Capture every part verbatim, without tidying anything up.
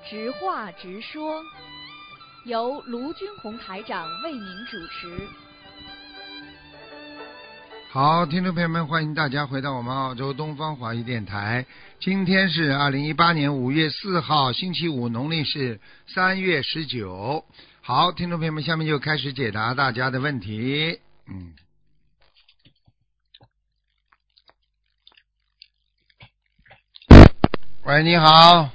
直话直说，由卢军红台长为您主持。 好，听众朋友们，欢迎大家回到我们澳洲东方华语电台。今天是二零一八年五月四号，星期五，农历是三月十九。好，听众朋友们，下面就开始解答大家的问题。嗯。喂，你好。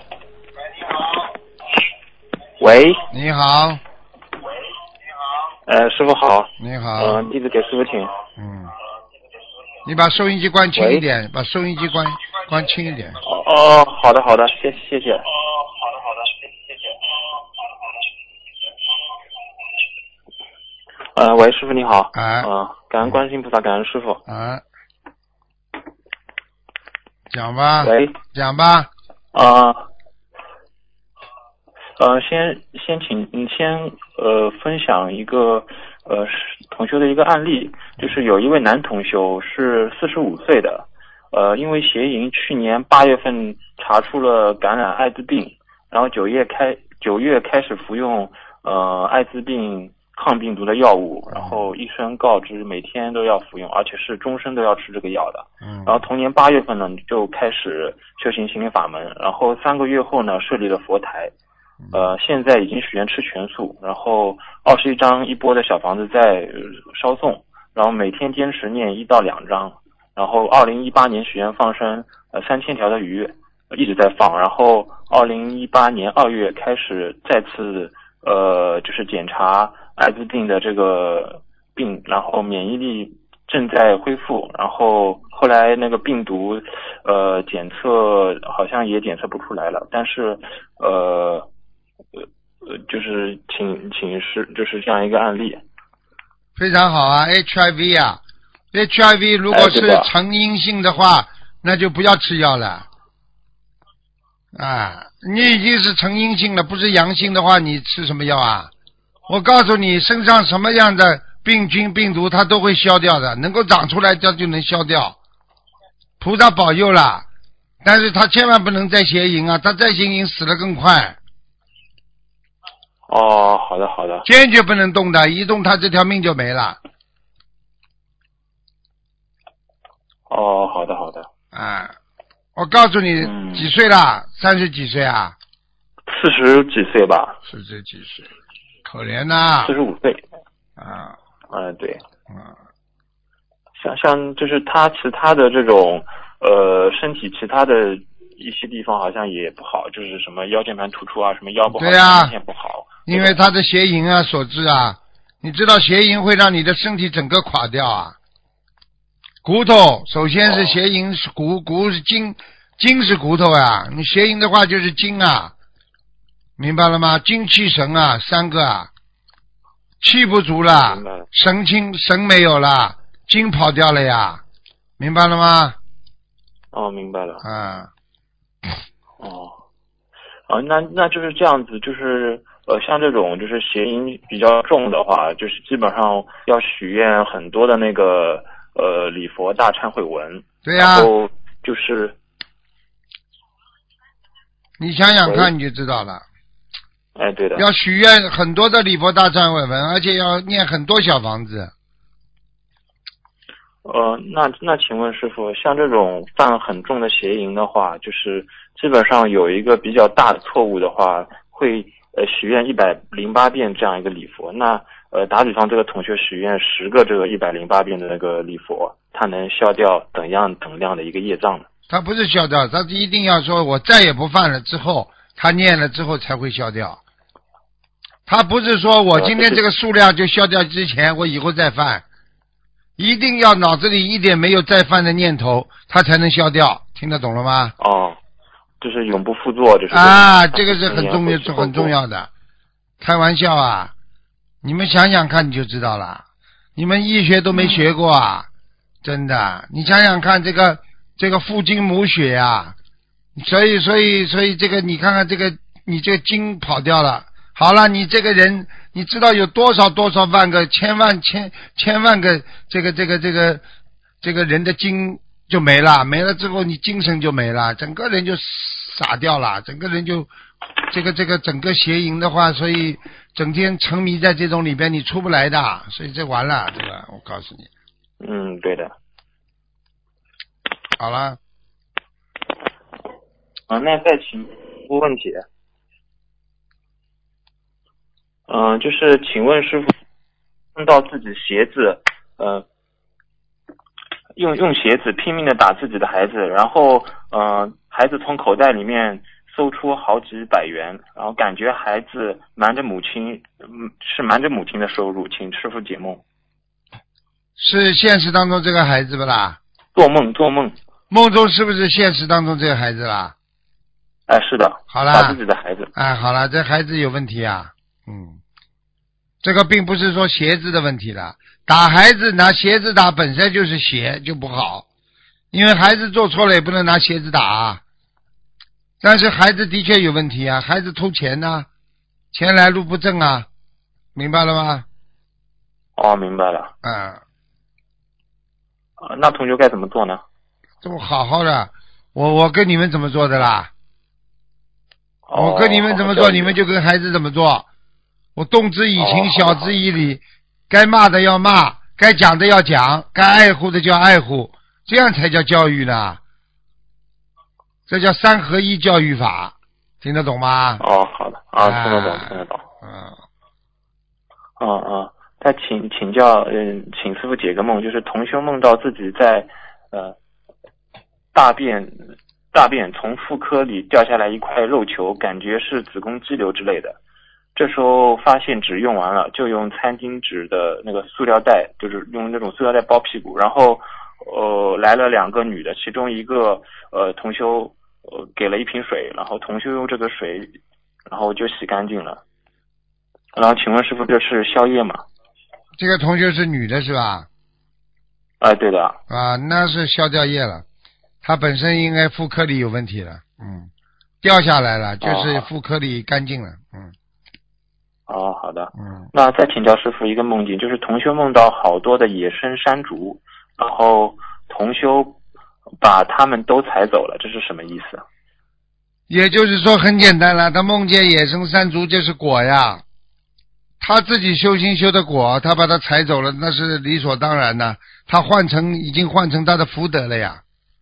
喂， 你好。 喂，你好。呃，师傅好。 你好。 嗯、呃，弟子给师傅请。 嗯。你把收音机关轻一点，把收音机关关轻一点。 哦哦，好的好的，谢谢谢。哦，好的好的，谢谢。呃，喂，师傅你好。 啊。 嗯、呃，感恩观世音菩萨，感恩师傅。 啊。讲吧。 喂。 讲吧。 啊。呃呃，先先请你先呃分享一个呃同修的一个案例，就是有一位男同修是四十五岁的，呃，因为邪淫去年八月份查出了感染艾滋病，然后九月开九月开始服用呃艾滋病抗病毒的药物，然后医生告知每天都要服用，而且是终身都要吃这个药的。 嗯。 然后同年八月份呢就开始修行心灵法门，然后三个月后呢设立了佛台。呃，现在已经许愿吃全素，然后二十一张一波的小房子在烧送，然后每天坚持念一到两张，然后二零一八年许愿放生呃三千条的鱼，一直在放，然后二零一八年二月开始再次呃就是检查艾滋病的这个病，然后免疫力正在恢复，然后后来那个病毒呃检测好像也检测不出来了，但是呃。呃，就是请请示，就是这样一个案例。 非常好啊 ，H I V 啊 ，H I V 如果是呈阴性的话，哎、那就不要吃药了。啊，你已经是呈阴性了，不是阳性的话，你吃什么药啊？我告诉你，身上什么样的病菌、病毒，它都会消掉的，能够长出来，它就能消掉。菩萨保佑了，但是他千万不能再邪淫啊，他再邪淫死得更快。 哦，好的好的， 坚决不能动的，一动他这条命就没了。 哦，好的好的。 啊，我告诉你， 嗯、 几岁了？三十几岁啊？ 四十几岁吧。 四十几岁，可怜呐。 四十五岁。 啊。 嗯、呃，对。 啊。 像像就是他其他的这种呃身体其他的一些地方好像也不好，就是什么腰间盘突出啊，什么腰不好， 对啊， 线不好。 因为他的邪淫啊所致啊，你知道邪淫会让你的身体整个垮掉啊。骨头首先是邪淫，骨骨是筋，筋是骨头啊，你邪淫的话就是筋啊，明白了吗？精气神啊，三个啊，气不足了，神清神没有了，筋跑掉了呀，明白了吗？ 哦，明白了。 啊。 哦。啊，那那就是这样子，就是呃，像这种就是邪淫比较重的话，就是基本上要许愿很多的那个呃礼佛大忏悔文。 对呀、啊。 然后就是， 你想想看，你就知道了。 哎，对的。 要许愿很多的礼佛大忏悔文，而且要念很多小房子。 呃，那那请问师傅，像这种犯很重的邪淫的话，就是基本上有一个比较大的错误的话，会呃许愿一百零八遍这样一个礼佛。那呃打比方，这个同学许愿十个这个一百零八遍的那个礼佛，他能消掉怎样等量的一个业障呢？ 他不是消掉，他一定要说我再也不犯了之后，他念了之后才会消掉。他不是说我今天这个数量就消掉之前，我以后再犯。一定要脑子里一点没有再犯的念头，它才能消掉，听得懂了吗？ 哦，就是永不复作，就是啊，这个是很重要，很重要的。开玩笑啊！你们想想看，你就知道了。你们医学都没学过啊，嗯、真的。你想想看，这个这个父精母血啊，所以所以所以这个你看看这个，你这个精跑掉了。好了，你这个人，你知道有多少多少万个千万千千万个这个这个这个这个人的精就没了，没了之后你精神就没了，整个人就傻掉了，整个人就这个这个整个邪淫的话，所以整天沉迷在这种里边，你出不来的，所以这完了，这个我告诉你。 嗯，对的。 好了。 啊，那再请一个问题。嗯、呃，就是请问师傅，碰到自己鞋子，呃，用用鞋子拼命的打自己的孩子，然后呃，孩子从口袋里面搜出好几百元，然后感觉孩子瞒着母亲，嗯，是瞒着母亲的收入，请师傅解梦。 是现实当中这个孩子不啦？ 做梦做梦。 梦中是不是现实当中这个孩子啦？ 哎，是的。 好啦。 打自己的孩子。 哎，好了，这孩子有问题啊。嗯。这个并不是说鞋子的问题了，打孩子拿鞋子打本身就是鞋就不好，因为孩子做错了也不能拿鞋子打啊。但是孩子的确有问题啊，孩子偷钱呐、啊，钱来路不正啊，明白了吗？ 哦，明白了。 嗯。 啊，那同学该怎么做呢？ 都好好的，我我跟你们怎么做的啦？ 哦、 我跟你们怎么做，你们就跟孩子怎么做。我动之以情， 哦、 晓之以理，该骂的要骂，该讲的要讲，该爱护的就要爱护，这样才叫教育呢。这叫三合一教育法，听得懂吗？ 哦，好的啊，听得懂，听得懂。 嗯。 嗯嗯，再请请教，嗯，请师傅解个梦，就是同修梦到自己在呃大便大便从妇科里掉下来一块肉球，感觉是子宫肌瘤之类的。这时候发现纸用完了，就用餐巾纸的那个塑料袋，就是用那种塑料袋包屁股，然后呃来了两个女的，其中一个呃同修呃给了一瓶水，然后同修用这个水，然后就洗干净了。然后请问师傅，这是宵夜吗？ 这个同学是女的是吧？ 哎、呃，对的。 啊，那是消掉液了，她本身应该妇科里有问题了，嗯，掉下来了，就是妇科里干净了，嗯。 哦，好的。 嗯。 那再请教师傅一个梦境，就是同修梦到好多的野生山竹，然后同修把他们都踩走了，这是什么意思？ 也就是说很简单了，他梦见野生山竹就是果呀，他自己修心修的果，他把它踩走了，那是理所当然的，他换成已经换成他的福德了呀。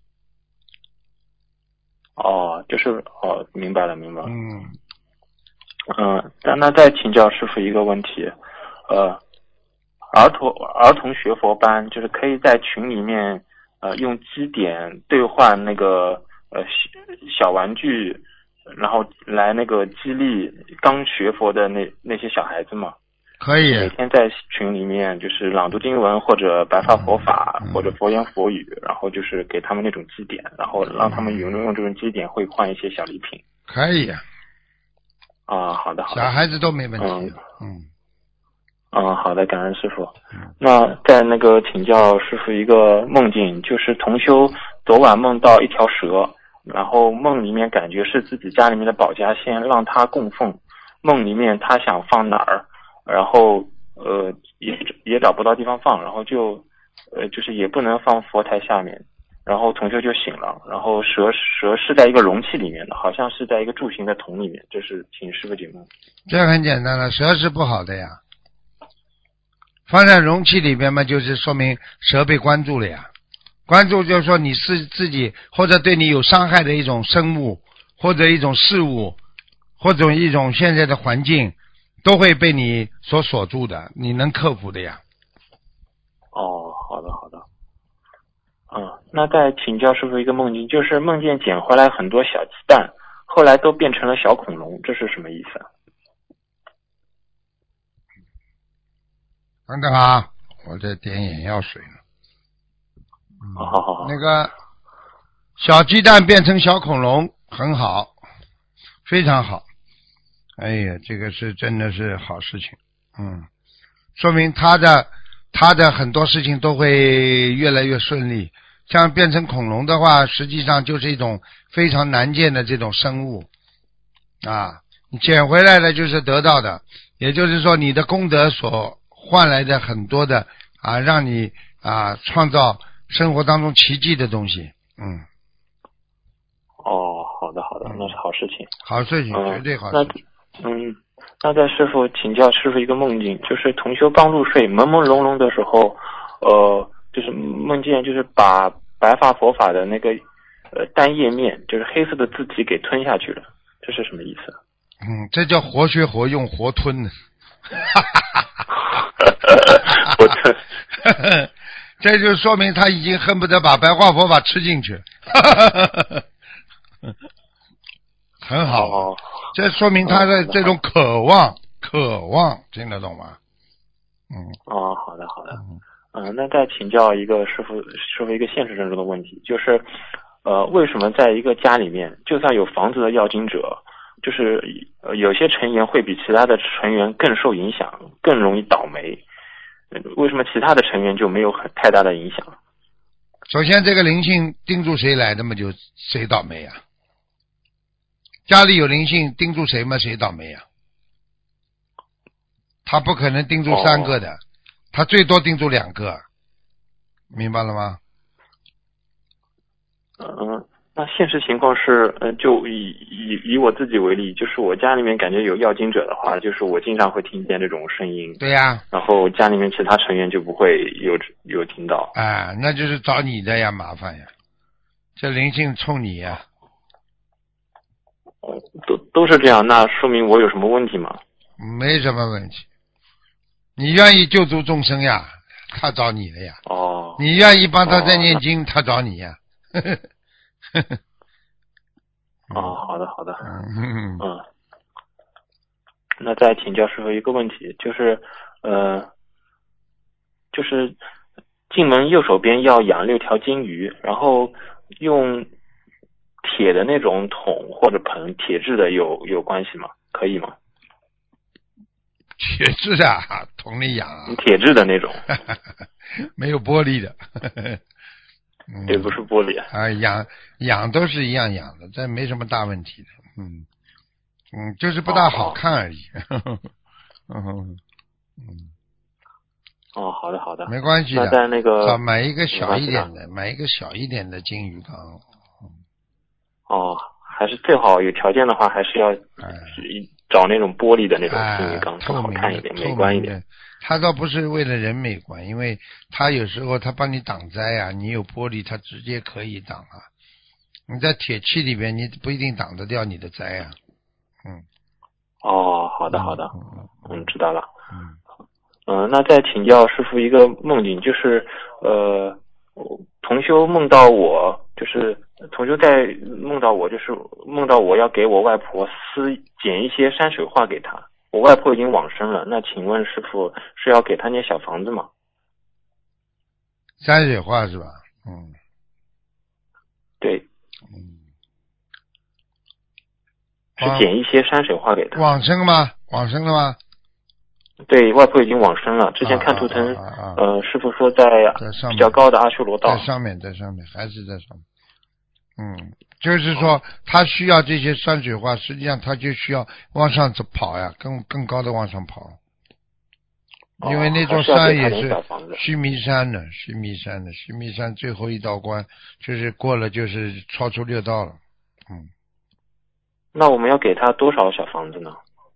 哦，就是哦，明白了，明白了。 嗯。 嗯，那那再请教师傅一个问题，呃，儿童儿童学佛班就是可以在群里面呃用积点兑换那个呃小玩具，然后来那个激励刚学佛的那那些小孩子吗？ 可以。 每天在群里面就是朗读经文或者白话佛法、 嗯、 或者佛言佛语，然后就是给他们那种积点，然后让他们用用这种积点会换一些小礼品。 可以啊。 啊，好的好的。 小孩子都没问题。 嗯嗯。 嗯，好的，感恩师傅。那在那个请教师傅一个梦境，就是同修昨晚梦到一条蛇，然后梦里面感觉是自己家里面的保家仙，让他供奉。梦里面他想放哪儿，然后呃也也找不到地方放，然后就呃就是也不能放佛台下面。然后同修就醒了，然后蛇蛇是在一个容器里面的，好像是在一个柱形的桶里面，这是请师傅解梦。 这很简单了，蛇是不好的呀，放在容器里边嘛，就是说明蛇被关注了呀。关注就是说你是自己或者对你有伤害的一种生物，或者一种事物，或者一种现在的环境，都会被你所锁住的，你能克服的呀。 哦，好的好的。嗯，那再请教师傅一个梦境，就是梦见捡回来很多小鸡蛋，后来都变成了小恐龙，这是什么意思？ 等等啊，我在点眼药水呢。 嗯、好好好。 那个小鸡蛋变成小恐龙，很好，非常好。哎呀，这个是真的是好事情。嗯，说明他的他的很多事情都会越来越顺利。像变成恐龙的话，实际上就是一种非常难见的这种生物啊，你捡回来的就是得到的，也就是说你的功德所换来的很多的啊，让你啊创造生活当中奇迹的东西。嗯。 哦， 好的好的， 嗯那是好事情。 好事情， 嗯绝对好那事情。 嗯，那再师傅请教师傅一个梦境，就是同修刚入睡朦朦胧胧的时候，呃，就是梦见就是把白发佛法的那个呃单页面，就是黑色的字体给吞下去了，这是什么意思？ 嗯，这叫活学活用活吞呢。 活吞。 这就说明他已经恨不得把白话佛法吃进去。很好、啊哦， 这说明他的这种渴望，渴望听得懂吗？嗯。 哦，好的好的。嗯、呃，那再请教一个师傅师傅一个现实当中的问题，就是呃，为什么在一个家里面，就算有房子的要经者，就是呃有些成员会比其他的成员更受影响，更容易倒霉？为什么其他的成员就没有很太大的影响？ 首先，这个灵性盯住谁来的嘛，就谁倒霉啊。家里有灵性盯住谁嘛，谁倒霉啊。他不可能盯住三个的，哦、他最多盯住两个，明白了吗？ 嗯、呃，那现实情况是，呃，就以以以我自己为例，就是我家里面感觉有要经者的话，就是我经常会听见这种声音。 对呀、啊。 然后家里面其他成员就不会有有听到。 啊，那就是找你的呀，麻烦呀，这灵性冲你呀。 哦，都都是这样，那说明我有什么问题吗？ 没什么问题，你愿意救助众生呀，他找你的呀。 哦。 你愿意帮他在念经，哦、他找你呀。 哦，好的好的。 嗯嗯。那再请教师傅一个问题，就是呃，就是进门右手边要养六条金鱼，然后用铁的那种桶或者盆，铁质的有有关系吗？可以吗？ 铁质的桶里养啊？ 铁质的那种， 没有玻璃的。 对，不是玻璃啊，养养都是一样养的，这没什么大问题的。嗯嗯，就是不大好看而已。哦嗯嗯。哦，好的好的， 没关系的。 那在那个买一个小一点的，买一个小一点的金鱼缸。 哦，还是最好有条件的话，还是要找那种玻璃的那种金鱼缸，更好看一点，美观一点。 它倒不是为了人美观，因为它有时候它帮你挡灾啊，你有玻璃，它直接可以挡啊。你在铁器里边，你不一定挡得掉你的灾啊。嗯。 哦，好的好的， 嗯， 嗯，知道了。 嗯。 嗯、呃，那再请教师傅一个梦境，就是呃，同修梦到我，就是同修在梦到我，就是梦到我要给我外婆撕剪一些山水画给她。我外婆已经往生了，那请问师傅是要给她念小房子吗？ 山水画是吧？嗯。 对。 嗯。 是剪一些山水画给她。 往生吗？往生了吗？ 对，外婆已经往生了。之前看图腾， 啊啊啊啊、 呃，师傅说在比较高的阿修罗道， 在上面，在上面，还是在上面。嗯，就是说他需要这些山水画，实际上他就需要往上走跑呀，更更高的往上跑。因为那座山也是须弥山的，须弥山的，须弥山最后一道关就是过了，就是超出六道了。嗯。 那我们要给他多少小房子呢？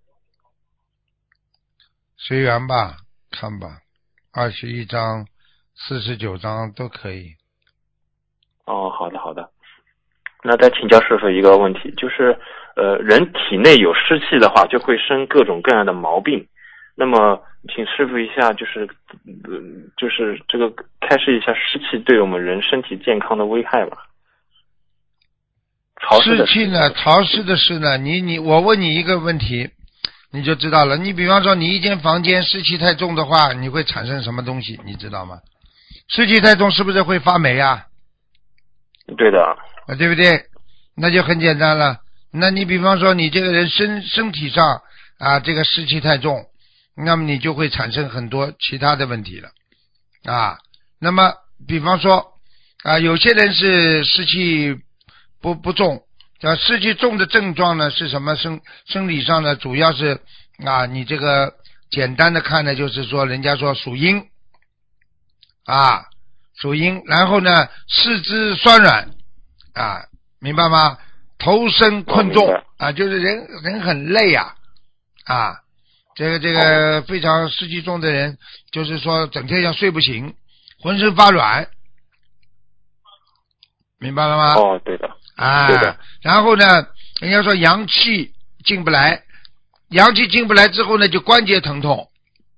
随缘吧，看吧，二十一章、四十九章都可以。 哦，好的好的。那再请教师傅一个问题，就是呃，人体内有湿气的话，就会生各种各样的毛病。那么，请师傅一下，就是呃，就是这个开示一下湿气对我们人身体健康的危害吧。潮湿的湿气呢？潮湿的湿呢？你你我问你一个问题。你就知道了。你比方说，你一间房间湿气太重的话，你会产生什么东西？你知道吗？湿气太重是不是会发霉啊？ 对的。 啊，对不对？那就很简单了。那你比方说，你这个人身身体上啊，这个湿气太重，那么你就会产生很多其他的问题了啊。那么，比方说啊，有些人是湿气不不重。啊，湿气重的症状呢是什么？生生理上呢，主要是啊，你这个简单的看呢，就是说，人家说属阴啊，属阴，然后呢，四肢酸软啊，明白吗？ 头身困重、 哦、 啊，就是人人很累啊啊，这个这个非常湿气重的人，就是说整天要睡不醒，浑身发软，明白了吗？ 哦，对的， 啊， 对的。 然后呢，人家说阳气进不来，阳气进不来之后呢，就关节疼痛，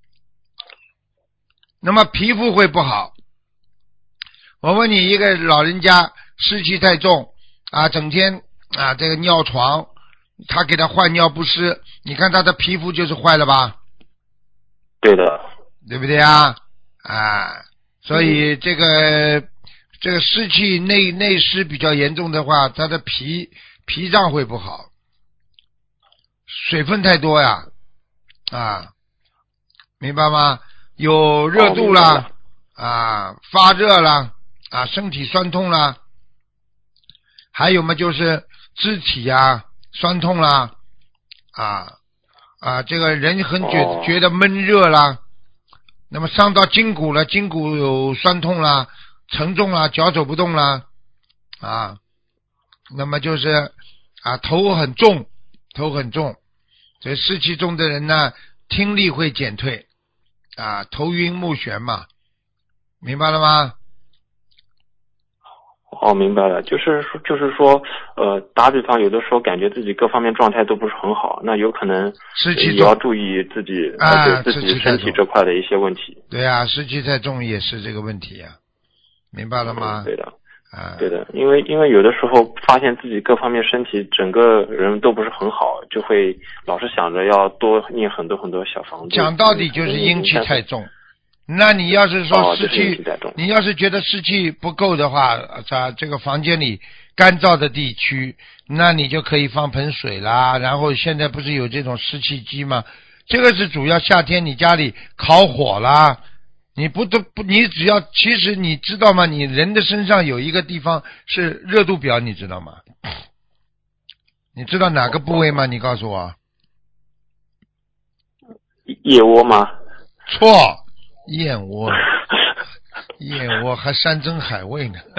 那么皮肤会不好。我问你，一个老人家湿气太重啊，整天啊这个尿床，他给他换尿不湿，你看他的皮肤就是坏了吧？ 对的， 对不对啊？啊，所以这个、嗯、这个湿气内内湿比较严重的话，他的脾脾脏会不好，水分太多呀，啊，明白吗？有热度啦，哦、啊，发热啦。啊，身体酸痛啦，还有嘛就是肢体啊酸痛啦，啊啊，这个人很觉、哦、觉得闷热啦，那么伤到筋骨了，筋骨有酸痛啦，沉重啦，脚走不动啦，啊，那么就是啊头很重，头很重，所以湿气重的人呢，听力会减退，啊，头晕目眩嘛，明白了吗？ 哦，明白了，就是说，就是说，呃，打比方，有的时候感觉自己各方面状态都不是很好，那有可能也要注意自己啊， 呃、对自己身体这块的一些问题。 对啊，湿气太重也是这个问题啊，明白了吗？ 嗯、对的， 啊， 对的，因为因为有的时候发现自己各方面身体整个人都不是很好，就会老是想着要多念很多很多小房子。 讲到底就是阴气太重。那你要是说湿气， 哦、 你要是觉得湿气不够的话，在这个房间里干燥的地区，那你就可以放盆水啦。然后现在不是有这种湿气机吗？这个是主要夏天你家里烤火啦，你不都不，你只要其实你知道吗？你人的身上有一个地方是热度表，你知道吗？你知道哪个部位吗？你告诉我。 腋窝吗？ 错。燕窝，燕窝还山珍海味呢。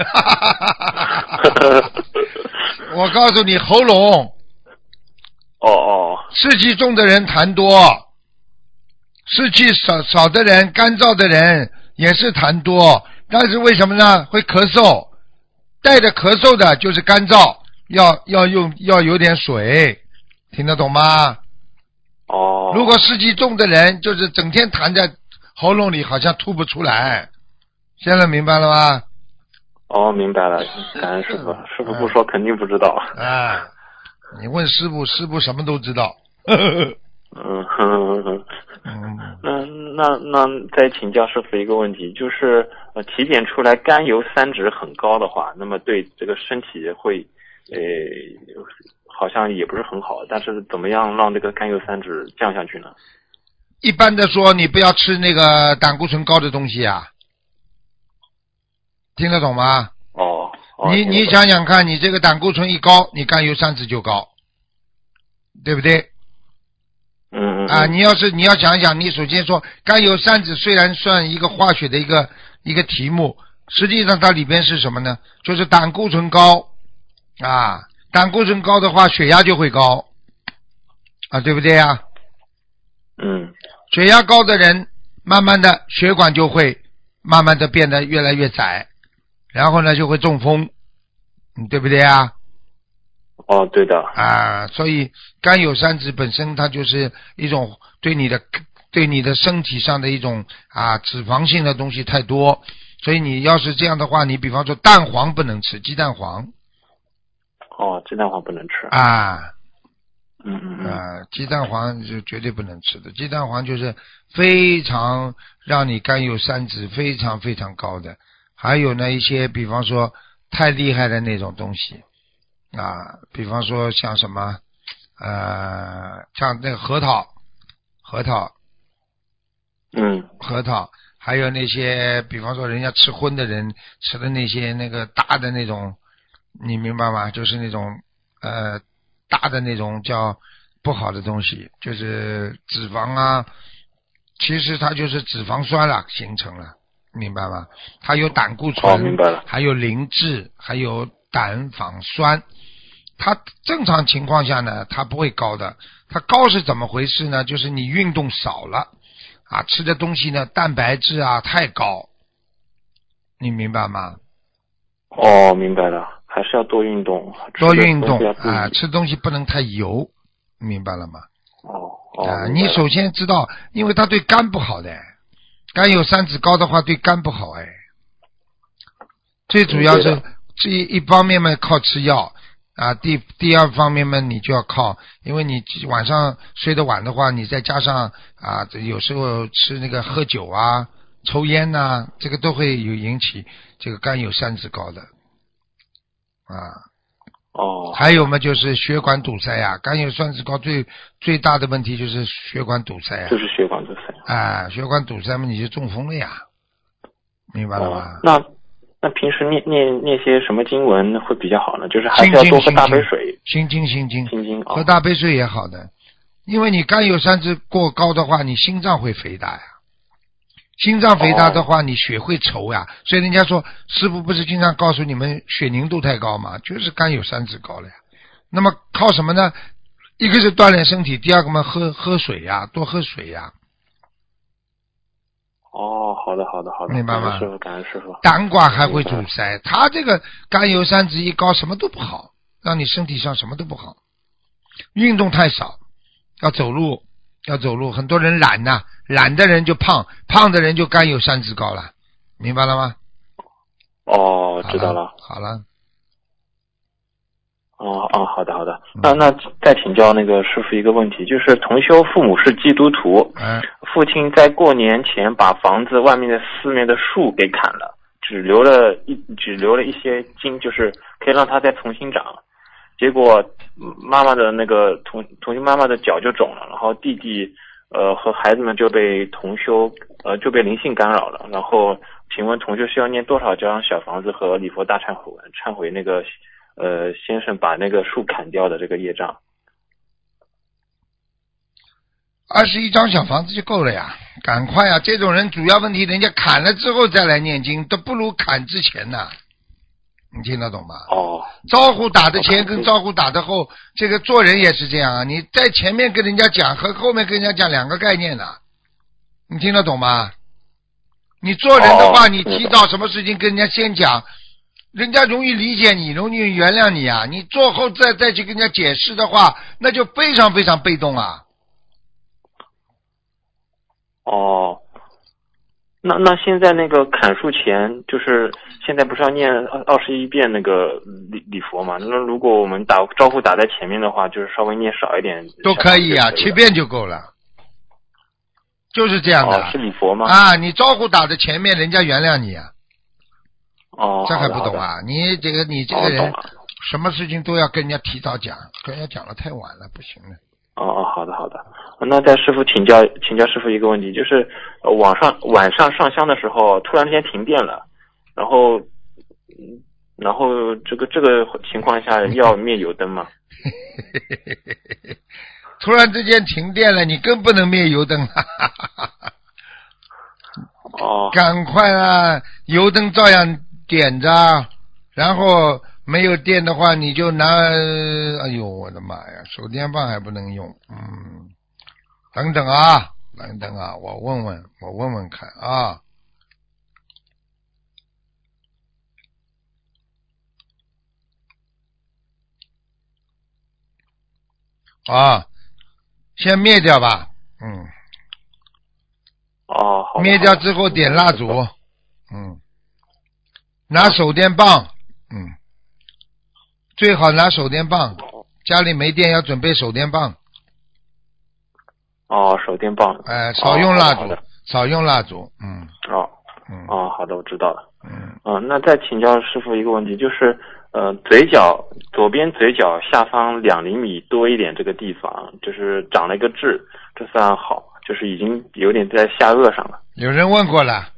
我告诉你，喉咙。 哦哦。 湿气重的人痰多，湿气少少的人、干燥的人也是痰多，但是为什么呢？会咳嗽，带着咳嗽的就是干燥，要要用要有点水，听得懂吗？ 哦。 如果湿气重的人，就是整天痰在喉咙里好像吐不出来，现在明白了吗？ 哦，明白了，感恩师傅，师傅不说肯定不知道。 啊，你问师傅，师傅什么都知道。 嗯哼哼，那那那再请教师傅一个问题，就是呃体检出来甘油三酯很高的话，那么对这个身体会呃好像也不是很好，但是怎么样让这个甘油三酯降下去呢？ 一般的说，你不要吃那个胆固醇高的东西啊，听得懂吗？ 哦，哦你你想想看，你这个胆固醇一高，你甘油三酯就高，对不对？ 嗯嗯。 啊，你要是你要想想，你首先说甘油三酯虽然算一个化学的一个一个题目，实际上它里边是什么呢？就是胆固醇高啊，胆固醇高的话，血压就会高啊，对不对啊？ 嗯。 血压高的人，慢慢的血管就会慢慢的变得越来越窄，然后呢就会中风，嗯，对不对啊？ 哦，对的。 啊，所以甘油三酯本身它就是一种对你的对你的身体上的一种啊脂肪性的东西太多，所以你要是这样的话，你比方说蛋黄不能吃，鸡蛋黄。 哦，鸡蛋黄不能吃。 啊。 嗯嗯嗯。 啊，鸡蛋黄是绝对不能吃的，鸡蛋黄就是非常让你甘油三酯非常非常高的，还有呢一些比方说太厉害的那种东西啊，比方说像什么呃像那个核桃，核桃， 嗯， 核桃，还有那些比方说人家吃荤的人吃的那些那个大的那种，你明白吗？就是那种呃。大的那种叫不好的东西，就是脂肪啊，其实它就是脂肪酸了形成了，明白吗？它有胆固醇， 哦，明白了， 还有磷脂，还有胆仿酸， 它正常情况下呢，它不会高的。它高是怎么回事呢？就是你运动少了啊，吃的东西呢蛋白质啊太高，你明白吗？ 哦，明白了，还是要多运动， 多运动吃的东西要注意啊，吃东西不能太油，明白了吗？ 哦哦， 啊， 明白了你首先知道，因为它对肝不好的，肝有三脂高的话对肝不好哎。最主要是嗯对的这一方面嘛靠吃药啊，第第二方面嘛你就要靠，因为你晚上睡得晚的话，你再加上啊有时候吃那个喝酒啊、抽烟呐、这个都会有引起这个肝有三脂高的啊。 哦， 还有嘛就是血管堵塞呀、肝有三脂高最最大的问题就是血管堵塞呀、 就是血管堵塞。 啊，血管堵塞嘛你就中风了呀，明白了吗？ 哦，那那平时念念念些什么经文会比较好呢？就是还心经是要多喝大杯水。 心经心经心经啊， 喝大杯水也好的，因为你肝有三脂过高的话，你心脏会肥大呀。心脏肥大的话，你血会稠呀。所以人家说，师傅不是经常告诉你们血凝度太高嘛，就是肝有三脂高了呀。那么靠什么呢？一个是锻炼身体，第二个嘛喝喝水呀，多喝水呀。 哦，好的好的好的， 明白吗？ 感恩师傅，感恩师傅。 胆管还会阻塞，他这个甘油三酯一高，什么都不好，让你身体上什么都不好。运动太少，要走路，要走路。很多人懒呐、啊，懒的人就胖，胖的人就甘油三酯高了，明白了吗？ 哦，知道了。 好了。 哦哦，好的好的。那那再请教那个师傅一个问题，就是同修父母是基督徒， 嗯， 父亲在过年前把房子外面的四面的树给砍了，只留了一只留了一些茎，就是可以让它再重新长。结果妈妈的那个同同修妈妈的脚就肿了，然后弟弟呃和孩子们就被同修呃就被灵性干扰了。然后请问同修需要念多少张小房子和礼佛大忏悔文，忏悔那个呃先生把那个树砍掉的这个业障？ 二十一张小房子就够了呀，赶快呀！这种人主要问题，人家砍了之后再来念经，都不如砍之前呢。你听得懂吗？ 哦， 招呼打的前跟招呼打的后，这个做人也是这样啊。你在前面跟人家讲和后面跟人家讲两个概念呢，你听得懂吗？你做人的话， 哦、 你提早什么事情跟人家先讲，人家容易理解你，容易原谅你啊。你做后再再去跟人家解释的话，那就非常非常被动啊。 哦。那那现在那个砍树前，就是现在不是要念二十一遍那个礼礼佛嘛？那如果我们打招呼打在前面的话，就是稍微念少一点都可以啊，七遍就够了，就是这样的。 哦，是礼佛吗？ 啊，你招呼打在前面，人家原谅你啊。 哦， 这还不懂啊？你这个你这个人， 哦、 什么事情都要跟人家提早讲，跟人家讲了太晚了，不行了。 哦哦，好的好的。那再师傅请教请教师傅一个问题，就是呃晚上晚上上香的时候突然之间停电了，然后然后这个这个情况下要灭油灯吗？ 突然之间停电了，你更不能灭油灯了。 哦， 赶快啊，油灯照样点着，然后没有电的话，你就拿，哎呦我的妈呀，手电棒还不能用，嗯，等等啊，等等啊，我问问，我问问看啊。啊，先灭掉吧，嗯。 哦，好。 灭掉之后点蜡烛，嗯，拿手电棒，嗯，最好拿手电棒，家里没电要准备手电棒。 哦，手电棒。 哎、呃，少用蜡烛， 哦、 少用蜡烛，嗯。 哦， 嗯， 哦，好的，我知道了。 嗯。 嗯、呃，那再请教师傅一个问题，就是呃，嘴角左边嘴角下方两厘米多一点这个地方，就是长了一个痣，这算好？就是已经有点在下颚上了。 有人问过了。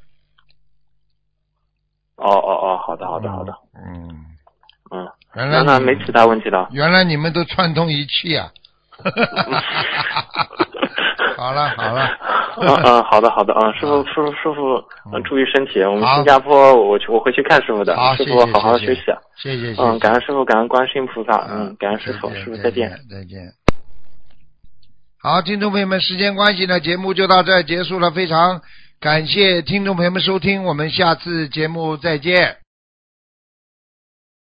哦哦哦，好的好的好的。 嗯嗯， 原来那那没其他问题了。 原来你们都串通一气啊。好了好了， 嗯嗯，好的好的，嗯，师傅师傅师傅，嗯，注意身体。我们新加坡，我我回去看师傅的，师傅好好休息啊。 谢谢谢谢。 嗯，感恩师傅，感恩观世音菩萨，嗯，感恩师傅，师傅再见再见。好，听众朋友们，时间关系呢，节目就到这儿结束了，非常感谢听众朋友们收听，我们下次节目再见。